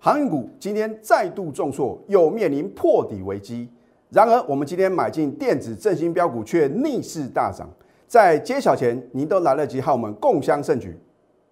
航运股今天再度重挫，又面临破底危机。然而，我们今天买进电子振兴标股却逆势大涨。在揭晓前，您都来得及和我们共襄盛举。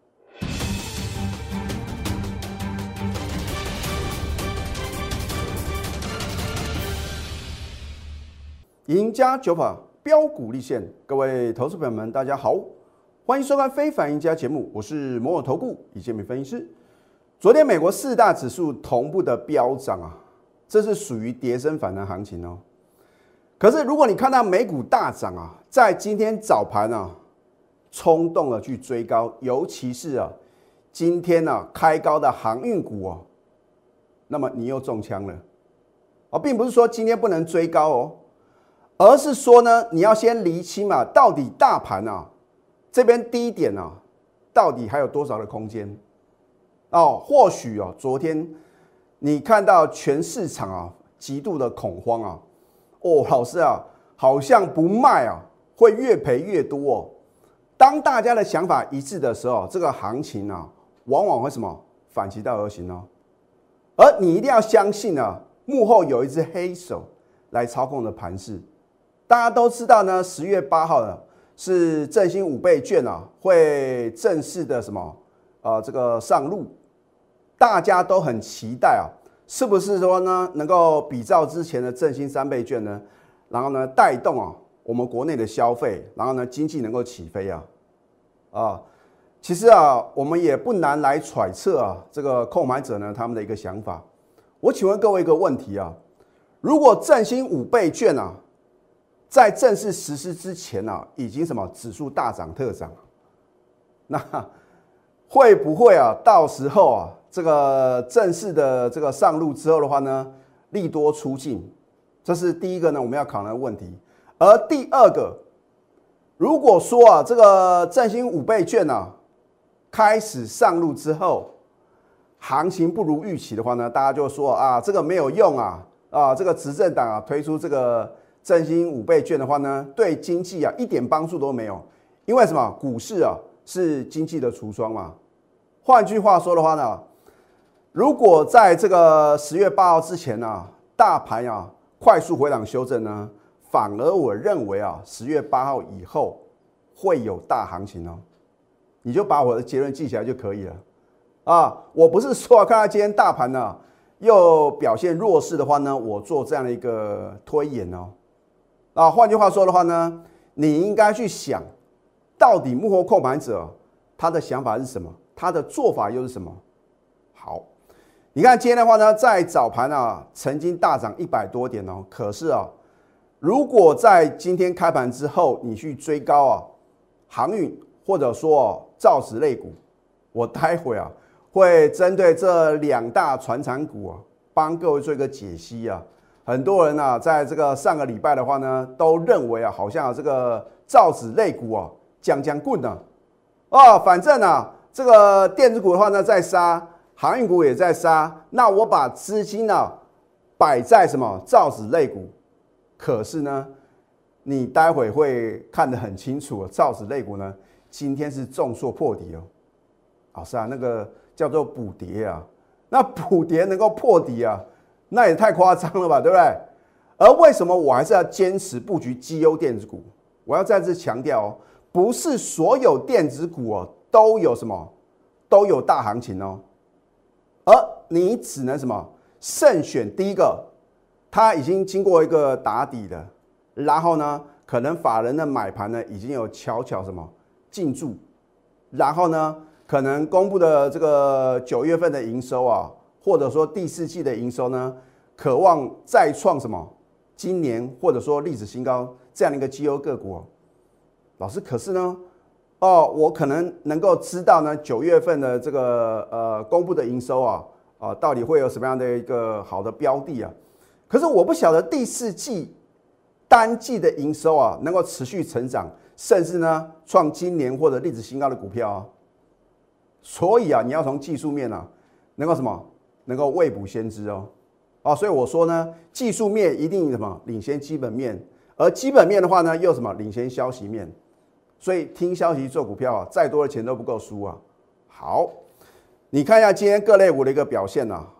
赢家九法标股立现，各位投资朋友们，大家好，欢迎收看《非凡赢家》节目，我是摩尔投顾李建民分析师。昨天美国四大指数同步的飙涨啊，这是属于跌升反弹行情哦。可是如果你看到美股大涨啊，在今天早盘啊，冲动的去追高，尤其是啊今天啊开高的航运股哦，那么你又中枪了啊，并不是说今天不能追高哦，而是说呢，你要先厘清嘛，到底大盘啊这边低点啊，到底还有多少的空间？哦，或许哦，昨天你看到全市场啊极度的恐慌啊，哦，老师啊，好像不卖啊会越赔越多哦。当大家的想法一致的时候，这个行情啊，往往会什么反其道而行哦。而你一定要相信啊，幕后有一只黑手来操控的盘势。大家都知道呢，10月8号呢是振兴5倍券啊会正式的什么这个上路。大家都很期待啊，是不是说呢，能够比照之前的振兴3倍券呢，然后呢带动啊我们国内的消费，然后呢经济能够起飞啊，其实啊我们也不难来揣测啊这个购买者呢他们的一个想法。我请问各位一个问题啊，如果振兴5倍券啊在正式实施之前啊已经什么指数大涨特涨，那会不会啊到时候啊这个正式的这个上路之后的话呢，利多出尽，这是第一个呢我们要考虑的问题。而第二个，如果说啊这个振兴5倍券啊开始上路之后，行情不如预期的话呢，大家就说啊这个没有用啊这个执政党啊推出这个振兴5倍券的话呢，对经济啊一点帮助都没有，因为什么？股市啊是经济的橱窗嘛。换句话说的话呢，如果在这个10月8号之前呢，大盘啊快速回档修正呢，反而我认为啊10月8号以后会有大行情哦。你就把我的结论记起来就可以了啊。我不是说看到今天大盘呢又表现弱势的话呢，我做这样的一个推演哦。啊，换句话说的话呢，你应该去想，到底幕后控盘者他的想法是什么，他的做法又是什么？好。你看今天的话呢，在早盘啊，曾经大涨100多点哦。可是啊，如果在今天开盘之后，你去追高啊，航运或者说造纸类股，我待会啊会针对这2大传产股啊，帮各位做一个解析啊。很多人啊，在这个上个礼拜的话呢，都认为啊，好像这个造纸类股啊，将棍呢，反正啊，这个电子股的话呢，在杀。航运股也在杀，那我把资金啊摆在什么造纸类股，可是呢，你待会会看得很清楚，造纸类股呢今天是重挫破底哦。老师啊，那个叫做补跌啊，那补跌能够破底啊，那也太夸张了吧，对不对？而为什么我还是要坚持布局绩优电子股？我要再次强调哦，不是所有电子股哦都有什么都有大行情哦。而你只能什么慎选第一个，它已经经过一个打底的，然后呢，可能法人的买盘呢已经有悄什么进驻，然后呢，可能公布的这个9月份的营收啊，或者说第4季的营收呢，渴望再创什么今年或者说历史新高这样的一个绩优个股。老师，可是呢？我可能能够知道呢，9月份的这个公布的营收啊，到底会有什么样的一个好的标的啊？可是我不晓得第4季单季的营收啊，能够持续成长，甚至呢创今年或者历史新高的股票啊。所以啊，你要从技术面啊，能够什么，能够未卜先知哦。所以我说呢，技术面一定什么领先基本面，而基本面的话呢，又什么领先消息面。所以听消息做股票啊，再多的钱都不够输啊。好，你看一下今天各类股的一个表现啊。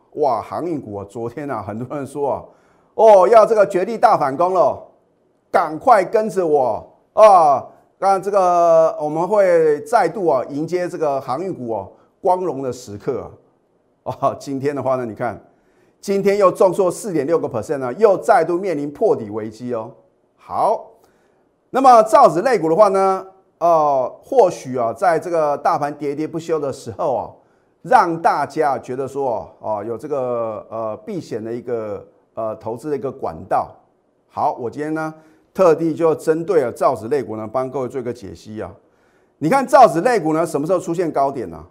哇，航运股啊，昨天啊，很多人说啊，哦，要这个绝地大反攻了，赶快跟着我啊！当然，这个我们会再度啊迎接这个航运股哦光荣的时刻啊！今天的话呢，你看，今天又重挫4.6%呢，又再度面临破底危机哦。好，那么造纸类股的话呢，或许啊，在这个大盘喋喋不休的时候啊，让大家觉得说有这个避险的一个投资的一个管道。好，我今天呢特地就针对了造纸类股呢，帮各位做一个解析啊。你看造纸类股呢什么时候出现高点呢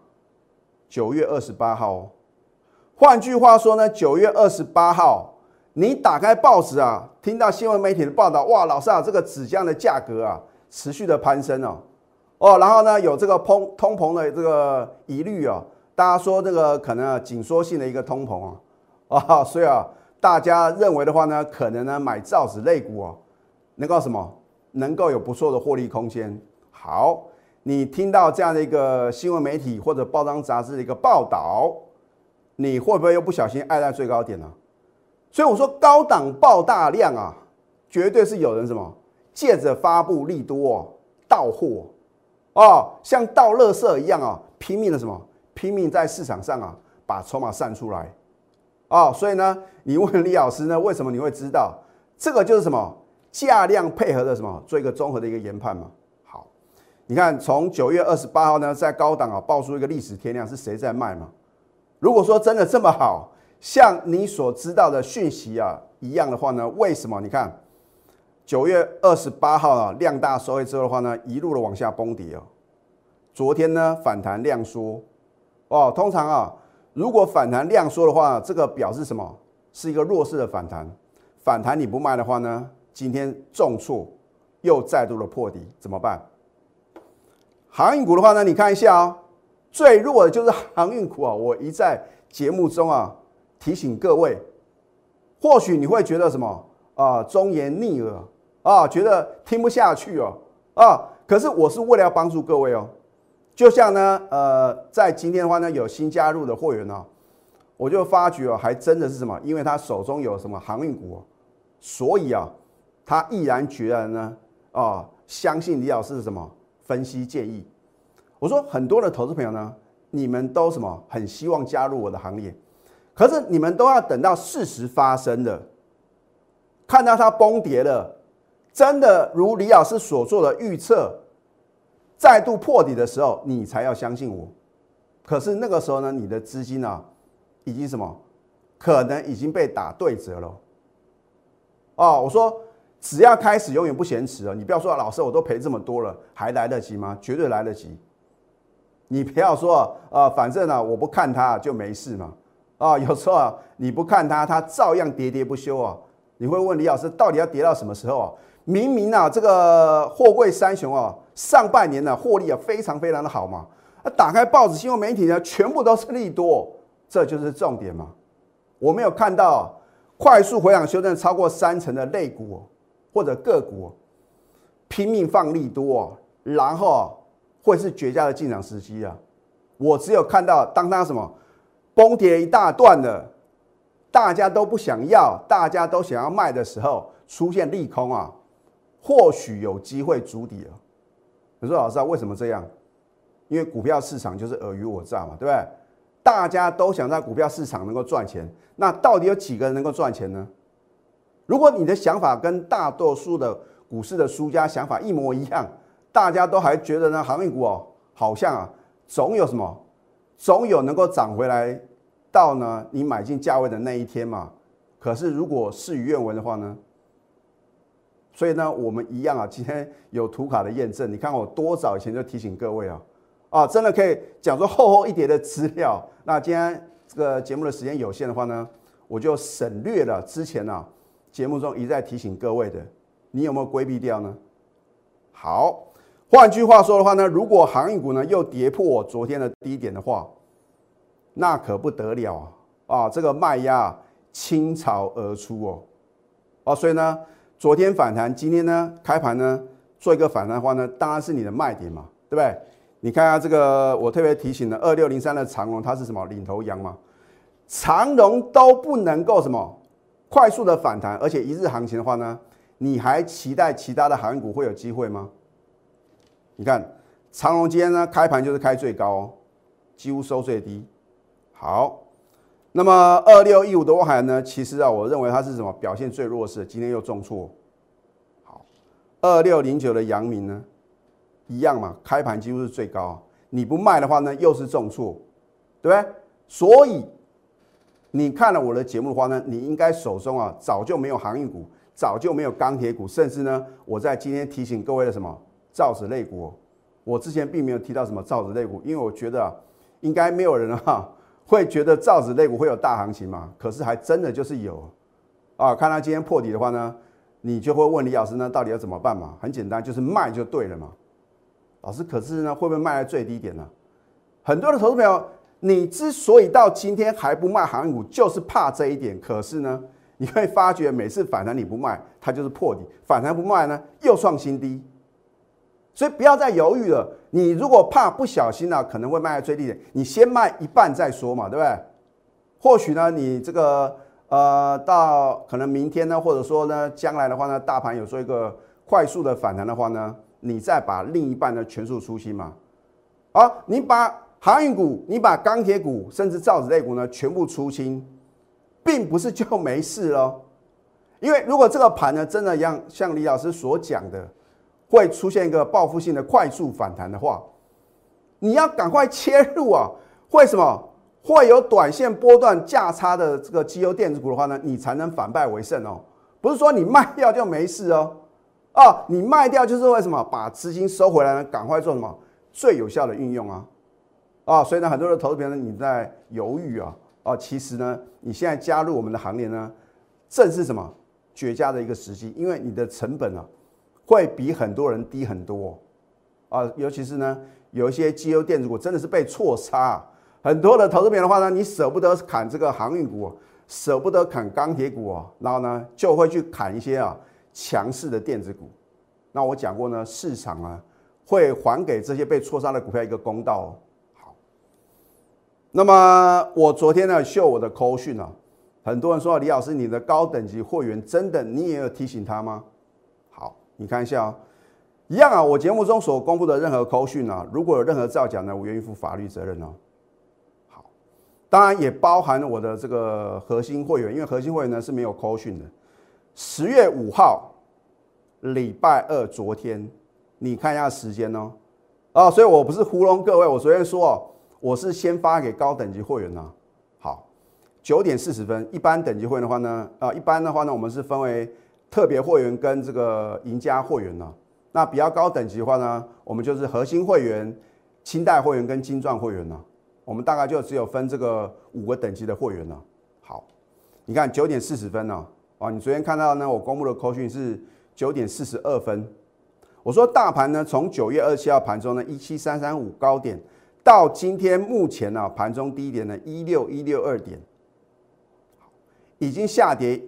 ？9月28号哦。换句话说呢，9月28号，你打开报纸啊，听到新闻媒体的报道，哇，老师啊，这个纸浆的价格啊持续的攀升然后呢有这个通膨的这个疑虑啊。大家说这个可能紧缩性的一个通膨所以大家认为的话呢，可能呢买造纸类股能够什么，能够有不错的获利空间。好，你听到这样的一个新闻媒体或者报章杂志的一个报道，你会不会又不小心爱在最高点呢？所以我说高档爆大量绝对是有人什么借着发布利多倒货像倒垃圾一样拼命的什么。拼命在市场上把筹码散出来所以呢，你问李老师呢，为什么你会知道？这个就是什么价量配合的什么做一个综合的一个研判嘛。好，你看从9月28号呢，在高档爆出一个历史天量，是谁在卖嘛？如果说真的这么好，像你所知道的讯息一样的话呢，为什么？你看9月28号量大收黑之后的话呢，一路的往下崩跌昨天呢反弹量缩。通常如果反弹量缩的话，这个表示什么？是一个弱势的反弹。反弹你不卖的话呢，今天重挫，又再度的破底，怎么办？航运股的话呢，你看一下最弱的就是航运股我一在节目中提醒各位，或许你会觉得什么忠言逆耳觉得听不下去可是我是为了要帮助各位就像呢，在今天的话呢，有新加入的会员我就发觉还真的是什么，因为他手中有什么航运股所以他毅然决然呢相信李老师的什么分析建议。我说很多的投资朋友呢，你们都什么很希望加入我的行列，可是你们都要等到事实发生了，看到它崩跌了，真的如李老师所做的预测。再度破底的时候，你才要相信我。可是那个时候呢，你的资金已经什么，可能已经被打对折了。我说只要开始，永远不嫌迟你不要说老师我都赔这么多了，还来得及吗？绝对来得及。你不要说反正我不看它就没事嘛。有时候你不看它，它照样喋喋不休你会问李老师，到底要跌到什么时候明明这个货柜三雄上半年获利非常非常的好嘛，打开报纸新闻媒体呢，全部都是利多，这就是重点嘛。我没有看到快速回档修正超过30%的类股或者个股拼命放利多然后会是绝佳的进场时机我只有看到当它什么崩跌一大段的，大家都不想要，大家都想要卖的时候，出现利空或许有机会筑底了。你说老师为什么这样？因为股票市场就是尔虞我诈嘛，对不对？大家都想在股票市场能够赚钱，那到底有几个人能够赚钱呢？如果你的想法跟大多数的股市的输家想法一模一样，大家都还觉得呢，航运股好像总有什么，总有能够涨回来到呢你买进价位的那一天嘛。可是如果事与愿违的话呢？所以呢，我们一样今天有图卡的验证。你看我多早以前就提醒各位真的可以讲说厚厚一叠的资料。那今天这个节目的时间有限的话呢，我就省略了之前节目中一再提醒各位的，你有没有规避掉呢？好，换句话说的话呢，如果航运股呢又跌破昨天的低点的话，那可不得了这个卖压倾巢而出所以呢。昨天反弹，今天呢开盘呢做一个反弹的话呢，当然是你的卖点嘛，对不对？你看下这个，我特别提醒了2603的长荣，它是什么领头羊嘛？ 长荣都不能够什么快速的反弹，而且一日行情的话呢，你还期待其他的航运股会有机会吗？你看长荣今天呢开盘就是开最高哦，几乎收最低。好，那么2615的万海呢，其实啊，我认为它是什么表现最弱势的，今天又重挫。好，2609的阳明呢，一样嘛，开盘几乎是最高，你不卖的话呢，又是重挫，对不对？所以你看了我的节目的话呢，你应该手中啊早就没有航运股，早就没有钢铁股，甚至呢，我在今天提醒各位的什么造纸类股，我之前并没有提到什么造纸类股，因为我觉得啊，应该没有人会觉得造纸类股会有大行情嘛，可是还真的就是有啊。看到今天破底的话呢，你就会问李老师呢，到底要怎么办嘛？很简单，就是卖就对了嘛。老师，可是呢，会不会卖在最低点呢？很多的投资朋友，你之所以到今天还不卖航运股，就是怕这一点。可是呢，你会发觉每次反弹你不卖，它就是破底；反弹不卖呢，又创新低。所以不要再犹豫了。你如果怕不小心可能会卖在最低点，你先卖一半再说嘛，对不对？或许呢，你这个到可能明天呢，或者说呢，将来的话呢，大盘有做一个快速的反弹的话呢，你再把另一半呢全数出清嘛。好，你把航运股、你把钢铁股，甚至造纸类股呢全部出清，并不是就没事咯。因为如果这个盘呢真的像李老师所讲的，会出现一个报复性的快速反弹的话，你要赶快切入啊！为什么？会有短线波段价差的这个绩优电子股的话呢，你才能反败为胜哦。不是说你卖掉就没事哦。你卖掉就是为什么？把资金收回来呢？赶快做什么最有效的运用啊！所以呢，很多的投资朋友你在犹豫其实呢，你现在加入我们的行列呢，正是什么绝佳的一个时机，因为你的成本会比很多人低很多尤其是呢，有一些绩优电子股真的是被错杀，很多的投资朋友的话呢，你舍不得砍这个航运股，舍不得砍钢铁股然后呢就会去砍一些强势的电子股。那我讲过呢，市场会还给这些被错杀的股票一个公道好，那么我昨天呢秀我的扣讯很多人说李老师，你的高等级会员真的你也有提醒他吗？好，你看一下一样我节目中所公布的任何扣讯如果有任何造假呢，我愿意负法律责任好，当然也包含我的这个核心会员，因为核心会员呢是没有扣讯的。10月5号，礼拜二，昨天，你看一下时间所以我不是糊弄各位，我昨天说我是先发给高等级会员好，9点40分，一般等级会员的话呢，一般的话呢，我们是分为特别会员跟这个赢家会员那比较高等级的话呢，我们就是核心会员、清代会员跟金钻会员我们大概就只有分这个5个等级的会员好，你看9点40分你昨天看到呢，我公布的扣讯是9点42分。我说大盘呢，从9月27号盘中呢17335高点，到今天目前盘中低点呢16162点，已经下跌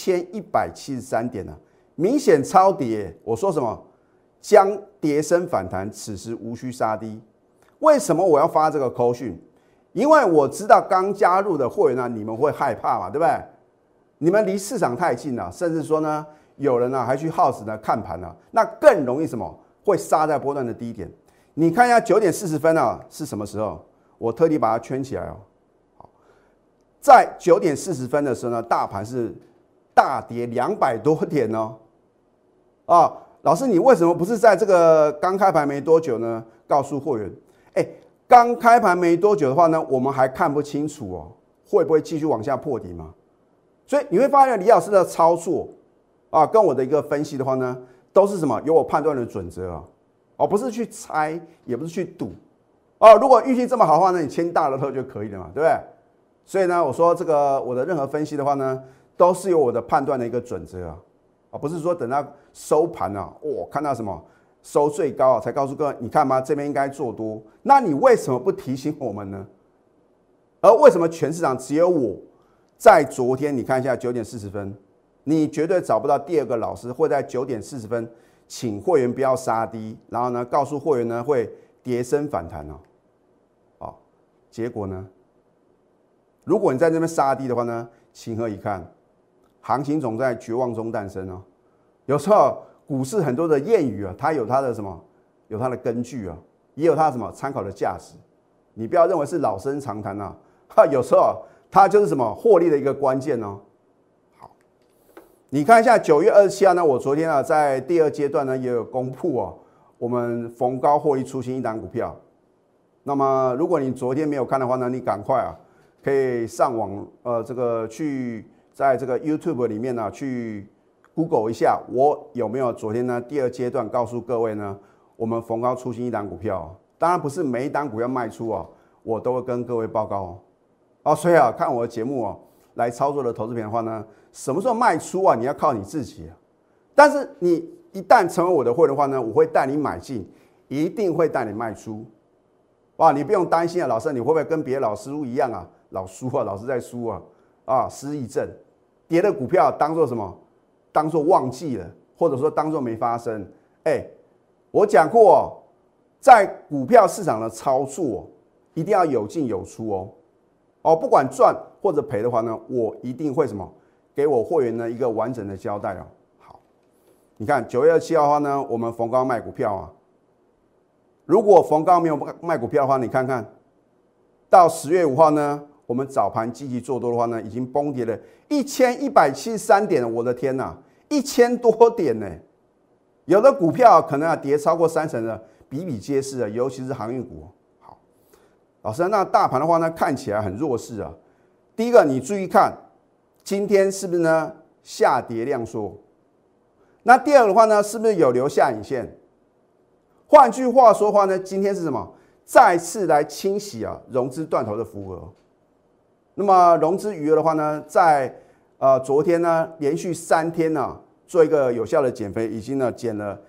1173点了，明显超跌。我说什么？将跌升反弹，此时无需杀低。为什么我要发这个扣讯？因为我知道刚加入的会员你们会害怕嘛，对不对？你们离市场太近了，甚至说呢，有人还去耗时看盘那更容易什么？会杀在波段的低点。你看一下9点40分是什么时候？我特地把它圈起来好，在9点40分的时候呢，大盘是大跌200多点老师，你为什么不是在这个刚开盘没多久呢？告诉会员，刚开盘没多久的话呢，我们还看不清楚会不会继续往下破底吗？所以你会发现李老师的操作跟我的一个分析的话呢，都是什么？有我判断的准则不是去猜，也不是去赌如果运气这么好的话呢，你签大乐透就可以了嘛，对不对？所以呢，我说这个我的任何分析的话呢，都是有我的判断的一个准则不是说等到收盘看到什么收最高才告诉各位，你看吗？这边应该做多。那你为什么不提醒我们呢？而为什么全市场只有我在昨天？你看一下9点40分，你绝对找不到第二个老师会在9点40分请会员不要杀低，然后呢告诉会员呢会跌升反弹结果呢如果你在这边杀低的话呢，情何以堪？行情总在绝望中诞生哦。有时候股市很多的谚语啊，它有它的什么，有它的根据啊，也有它的什么参考的价值。你不要认为是老生常谈啊，有时候它就是什么获利的一个关键哦。好，你看一下9月27号呢，我昨天啊在第二阶段呢也有公布哦，我们逢高获利出清一档股票。那么如果你昨天没有看的话呢，你赶快啊可以上网这个去在这个 YouTube 里面呢去 Google 一下，我有没有昨天呢第二阶段告诉各位呢，我们逢高出清一档股票。当然不是每一档股票卖出哦，我都会跟各位报告哦。所以啊，看我的节目哦，来操作的投资品的话呢，什么时候卖出啊？你要靠你自己啊。但是你一旦成为我的会员的话呢，我会带你买进，一定会带你卖出。哇，你不用担心啊，老师，你会不会跟别的老师一样啊？老输啊，老是在输啊，失忆症。跌的股票当做什么？当做忘记了，或者说当做没发生。我讲过哦。在股票市场的操作，一定要有进有出哦。不管赚或者赔的话呢，我一定会什么给我会员呢一个完整的交代哦。好，你看9月27号的话呢，我们逢高卖股票啊。如果逢高没有卖股票的话，你看看到10月5号呢，我们早盘积极做多的话呢，已经崩跌了1173点了。我的天哪，1000多点呢！有的股票可能要跌超过30%的。比比皆是啊，尤其是航运股。好，老师，那大盘的话呢，看起来很弱势啊。第一个，你注意看，今天是不是呢下跌量缩？那第二个的话呢，是不是有留下影线？换句话说的话呢，今天是什么？再次来清洗啊融资断头的浮额。那么融资余额的话呢，在昨天呢连续3天呢做一个有效的减肥，已经呢减了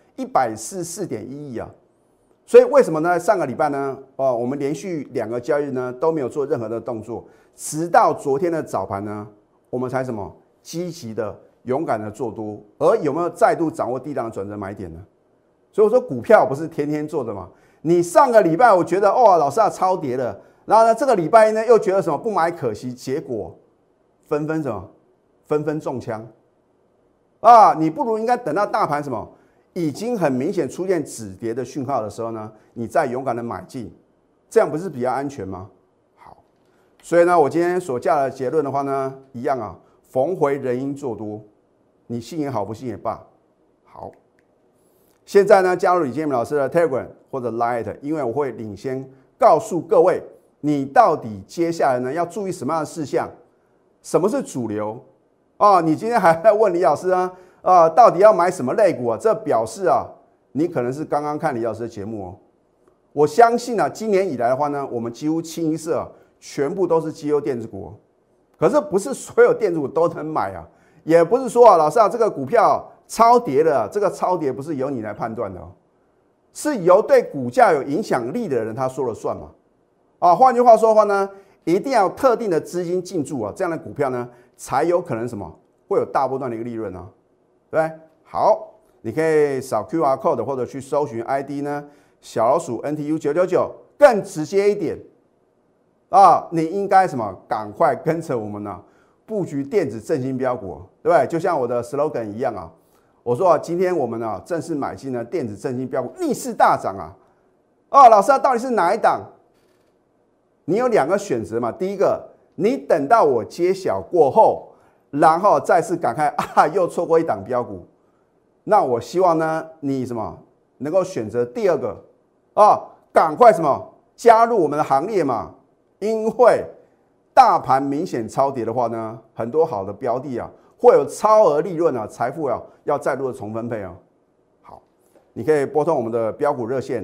144.1亿啊。所以为什么呢？上个礼拜呢，我们连续2个交易日呢都没有做任何的动作，直到昨天的早盘呢，我们才什么积极的、勇敢的做多，而有没有再度掌握低档的转折买点呢？所以我说股票不是天天做的嘛。你上个礼拜我觉得老师啊超跌了，然后呢这个礼拜呢又觉得什么不买可惜，结果纷纷中枪啊！你不如应该等到大盘什么？已经很明显出现止跌的讯号的时候呢，你再勇敢的买进，这样不是比较安全吗？好，所以呢，我今天所下的结论的话呢，一样啊，逢回人应做多，你信也好，不信也罢。好，现在呢，加入李建明老师的 Telegram 或者 Line， 因为我会领先告诉各位，你到底接下来呢要注意什么样的事项，什么是主流你今天还在问李老师啊？到底要买什么类股啊？这表示啊，你可能是刚刚看李老师的节目哦。我相信啊，今年以来的话呢，我们几乎清一色全部都是绩优电子股可是不是所有电子股都能买啊，也不是说老师啊，这个股票超跌了，这个超跌不是由你来判断的是由对股价有影响力的人他说了算嘛。换句话说的话呢，一定要有特定的资金进驻这样的股票呢，才有可能什么会有大波段的一个利润对，好，你可以扫 QR code 或者去搜寻 ID 呢，小老鼠 NTU999，更直接一点你应该什么？赶快跟着我们布局电子振兴标股，对不对？就像我的 slogan 一样我说今天我们正式买进了电子振兴标股，逆势大涨老师到底是哪一档？你有2个选择嘛，第一个，你等到我揭晓过后。然后再次感慨又错过一档标股，那我希望呢，你什么能够选择第二个赶快什么加入我们的行列嘛，因为大盘明显超跌的话呢，很多好的标的会有超额利润财富要再度的重分配好，你可以拨通我们的标股热线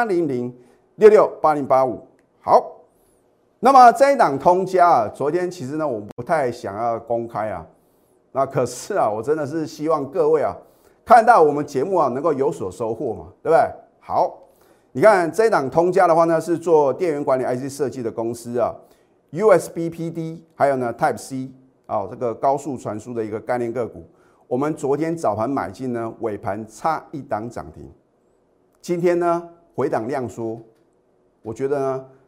0800668085。好。那么这一档通家昨天其实呢我不太想要公开那可是我真的是希望各位看到我们节目能够有所收获嘛，对不对？好，你看这一档通家的话呢是做电源管理 IC 设计的公司USB PD 还有呢 Type C 这个高速传输的一个概念个股，我们昨天早盘买进呢，尾盘差一档涨停，今天呢回档量缩，我觉得呢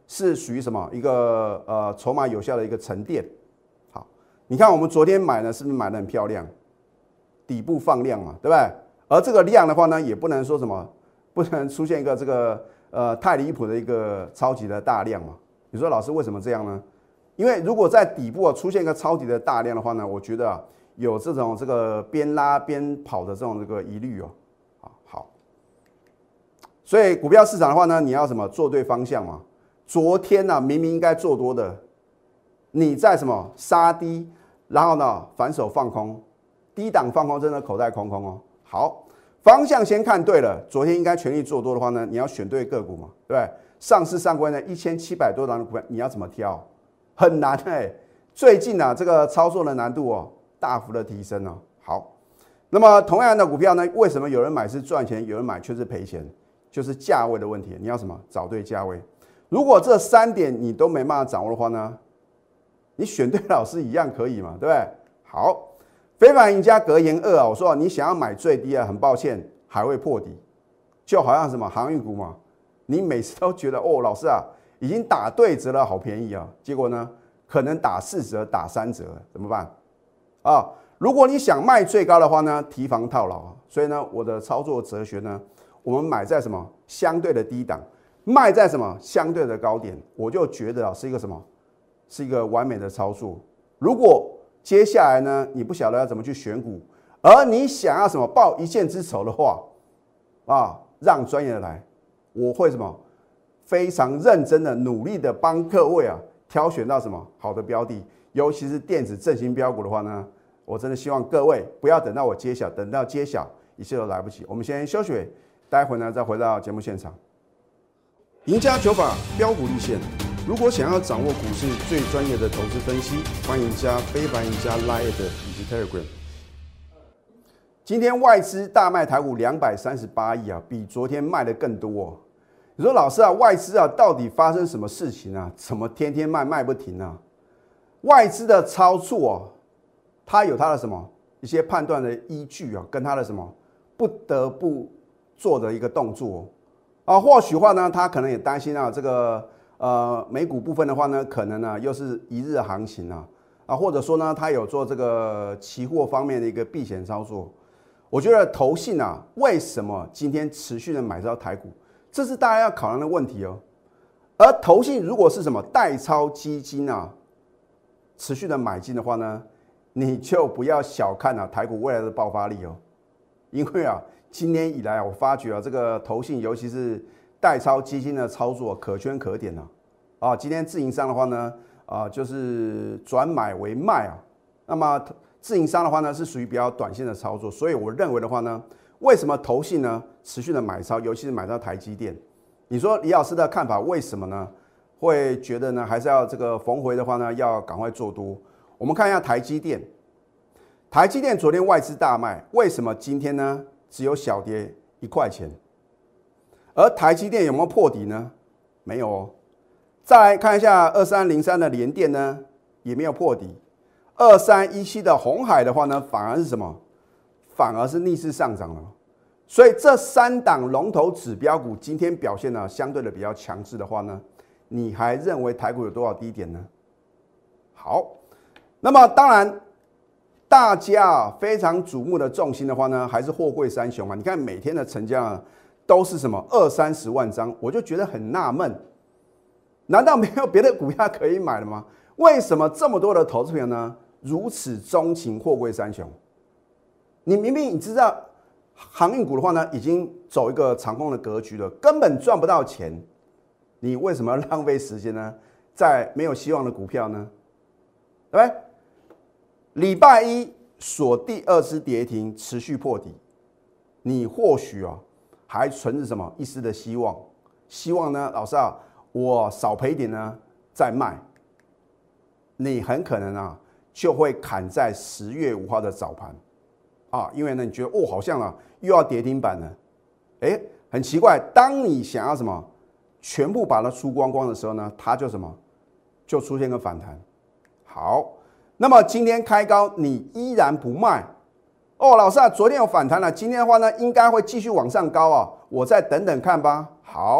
是属于什么一个筹码有效的一个沉淀。好，你看我们昨天买呢，是不是买得很漂亮？底部放量嘛，对不对？而这个量的话呢，也不能说什么，不能出现一个这个太离谱的一个超级的大量嘛。你说老师为什么这样呢？因为如果在底部出现一个超级的大量的话呢，我觉得有这种这个边拉边跑的这种这个疑虑哦。好，所以股票市场的话呢，你要什么做对方向嘛？昨天呢，明明应该做多的，你在什么杀低，然后呢反手放空，低档放空，真的口袋空空哦。好，方向先看对了，昨天应该全力做多的话呢，你要选对个股嘛，对不对？上市上柜呢1700多档的股票，你要怎么挑？很难最近这个操作的难度大幅的提升哦。好，那么同样的股票呢，为什么有人买是赚钱，有人买却是赔钱？就是价位的问题。你要什么？找对价位。如果这3点你都没办法掌握的话呢，你选对老师一样可以嘛，对不对？好，非凡赢家格言2我说你想要买最低很抱歉还会破底，就好像什么航运股嘛，你每次都觉得老师已经打对折了，好便宜结果呢可能打4折打3折，怎么办如果你想卖最高的话呢，提防套牢所以呢我的操作哲学呢，我们买在什么相对的低档，卖在什么相对的高点，我就觉得是一个什么，是一个完美的操作。如果接下来呢你不晓得要怎么去选股，而你想要什么报一线之仇的话让专业的来，我会什么非常认真的努力的帮各位挑选到什么好的标的，尤其是电子振兴标股的话呢，我真的希望各位不要等到我揭晓，等到揭晓一切都来不及。我们先休息，待会呢再回到节目现场。赢家九法标股立线，如果想要掌握股市最专业的投资分析，欢迎加非凡赢家 Line 以及 Telegram。今天外资大卖台股238亿比昨天卖的更多你说老师外资到底发生什么事情怎么天天卖不停外资的操作它有它的什么一些判断的依据跟它的什么不得不做的一个动作或许话呢，他可能也担心这个美股部分的话呢，可能又是一日行情或者说呢，他有做这个期货方面的一个避险操作。我觉得投信为什么今天持续的买到台股，这是大家要考量的问题而投信如果是什么代操基金持续的买进的话呢，你就不要小看台股未来的爆发力因为今年以来我发觉这个投信尤其是代操基金的操作可圈可点今天自营商的话呢就是转买为卖那么自营商的话呢是属于比较短线的操作，所以我认为的话呢，为什么投信呢持续的买超，尤其是买到台积电？你说李老师的看法为什么呢？会觉得呢还是要这个逢回的话呢要赶快做多？我们看一下台积电，台积电昨天外资大卖，为什么今天呢只有小跌1块钱？而台积电有没有破底呢？没有再来看一下2303的联电呢，也没有破底。2317的鸿海的话呢，反而是什么？反而是逆势上涨了。所以这3档龙头指标股今天表现相对的比较强势的话呢，你还认为台股有多少低点呢？好，那么当然大家非常瞩目的重心的话呢，还是货柜三雄你看每天的成交都是什么20-30万张，我就觉得很纳闷，难道没有别的股票可以买了吗？为什么这么多的投资朋友呢如此钟情货柜三雄？你明明你知道航运股的话呢，已经走一个长空的格局了，根本赚不到钱，你为什么要浪费时间呢？在没有希望的股票呢？对不对？礼拜一锁第2支跌停，持续破底，你或许还存着什么一丝的希望？希望呢，老师我少赔一点呢再卖。你很可能就会砍在10月5号的早盘因为呢你觉得好像又要跌停板了，很奇怪，当你想要什么全部把它出光光的时候呢，它就什么就出现个反弹。好，那么今天开高你依然不卖老师昨天有反弹了，今天的话呢应该会继续往上高我再等等看吧。好，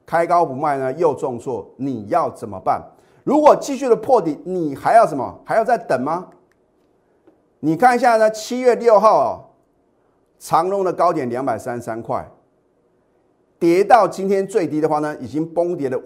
开高不卖呢又重挫，你要怎么办？如果继续的破底，你还要什么？还要再等吗？你看一下呢，7月6号长荣的高点233块，跌到今天最低的话呢，已经崩跌了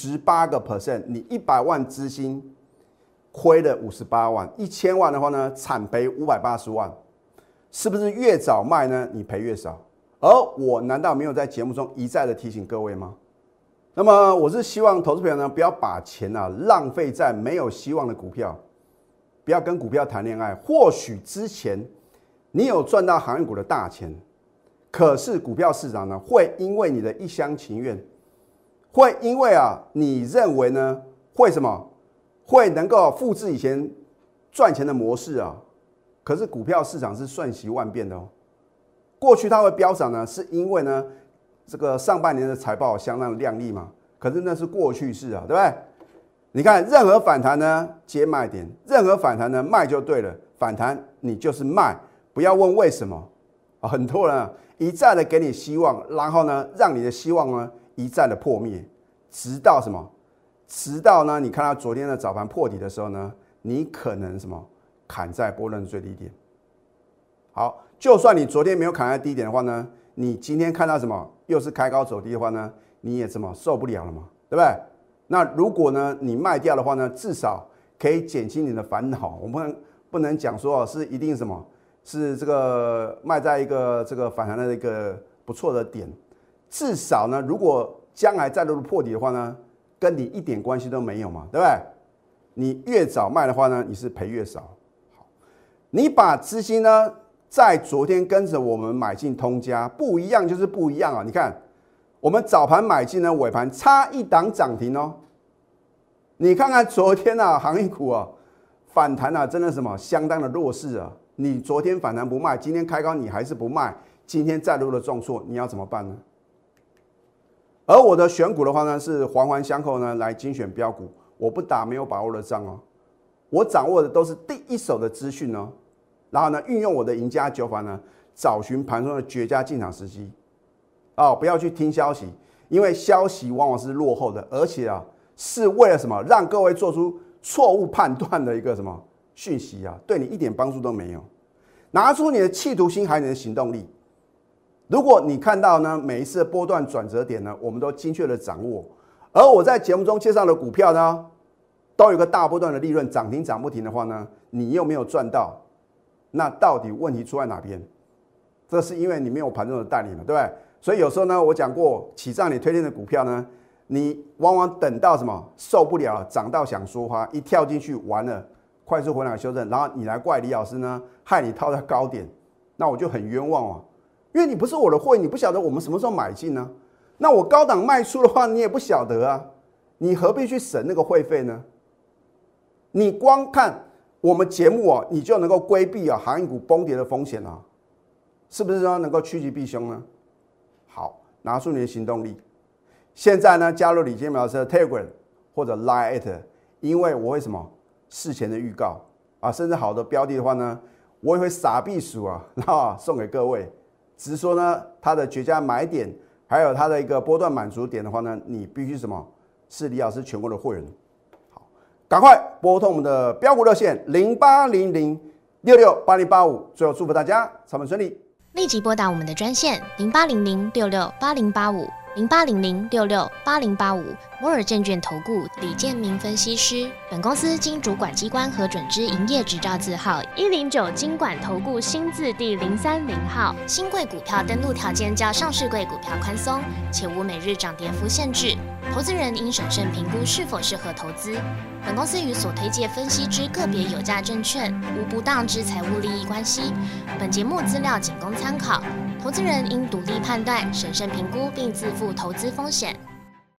58%。你100万资金亏了58万，1000万的话呢，惨赔580万，是不是越早卖呢，你赔越少？而我难道没有在节目中一再的提醒各位吗？那么我是希望投资朋友呢，不要把钱浪费在没有希望的股票，不要跟股票谈恋爱。或许之前你有赚到航运股的大钱，可是股票市场呢，会因为你的一厢情愿，会因为你认为呢，会什么？会能够复制以前赚钱的模式可是股票市场是瞬息万变的过去它会飙涨呢，是因为呢，这个上半年的财报相当亮丽嘛。可是那是过去式对不对？你看任何反弹呢接卖点，任何反弹呢卖就对了。反弹你就是卖，不要问为什么很多人一再的给你希望，然后呢让你的希望呢一再的破灭，直到什么？直到呢你看到昨天的早盘破底的时候呢，你可能什么砍在波段最低点。好，就算你昨天没有砍在低点的话呢，你今天看到什么又是开高走低的话呢，你也什么受不了了嘛，对不对？那如果呢你卖掉的话呢，至少可以减轻你的烦恼。我们不能讲说是一定什么是这个卖在一个这个反弹的一个不错的点，至少呢如果将来再度破底的话呢，跟你一点关系都没有嘛，对不对？你越早卖的话呢，你是赔越少。好，你把资金呢在昨天跟着我们买进通家，不一样就是不一样你看我们早盘买进呢，尾盘差一档涨停你看看昨天航运股反弹真的什么相当的弱势你昨天反弹不卖，今天开高你还是不卖，今天再度的重挫，你要怎么办呢？而我的选股的话呢，是环环相扣呢来精选标股，我不打没有把握的仗我掌握的都是第一手的资讯然后呢运用我的赢家九法呢，找寻盘中的绝佳进场时机不要去听消息，因为消息往往是落后的，而且是为了什么？让各位做出错误判断的一个什么讯息对你一点帮助都没有。拿出你的企图心，还有你的行动力。如果你看到呢每一次的波段转折点呢，我们都精确的掌握，而我在节目中介绍的股票呢，都有个大波段的利润，涨停涨不停的话呢，你又没有赚到，那到底问题出在哪边？这是因为你没有盘中的带领嘛，对不对？所以有时候呢，我讲过，起涨你推荐的股票呢，你往往等到什么受不了了，涨到想说话，一跳进去完了，快速回档修正，然后你来怪李老师呢，害你套在高点，那我就很冤枉因为你不是我的会员，你不晓得我们什么时候买进呢？那我高档卖出的话，你也不晓得你何必去省那个会费呢？你光看我们节目你就能够规避航运股崩跌的风险是不是说能够趋吉避凶呢？好，拿出你的行动力。现在呢，加入李建明老师的 Telegram 或者 Line， 因为我会什么事前的预告甚至好的标的的话呢，我也会撒避暑送给各位。只是说呢，它的绝佳买点，还有它的一个波段满足点的话呢，你必须什么？是李老师全国的会员。好，赶快拨通我们的标股热线0800668085。最后祝福大家操盘顺利。 立即拨打我们的专线08006680850800668085。摩尔证券投顾李建明分析师。本公司经主管机关核准之营业执照字号109金管投顾新字第030号。新贵股票登录条件较上市贵股票宽松，且无每日涨跌幅限制。投资人应审慎评估是否适合投资。本公司与所推介分析之个别有价证券无不当之财务利益关系。本节目资料仅供参考，投资人应独立判断、审慎评估并自负投资风险。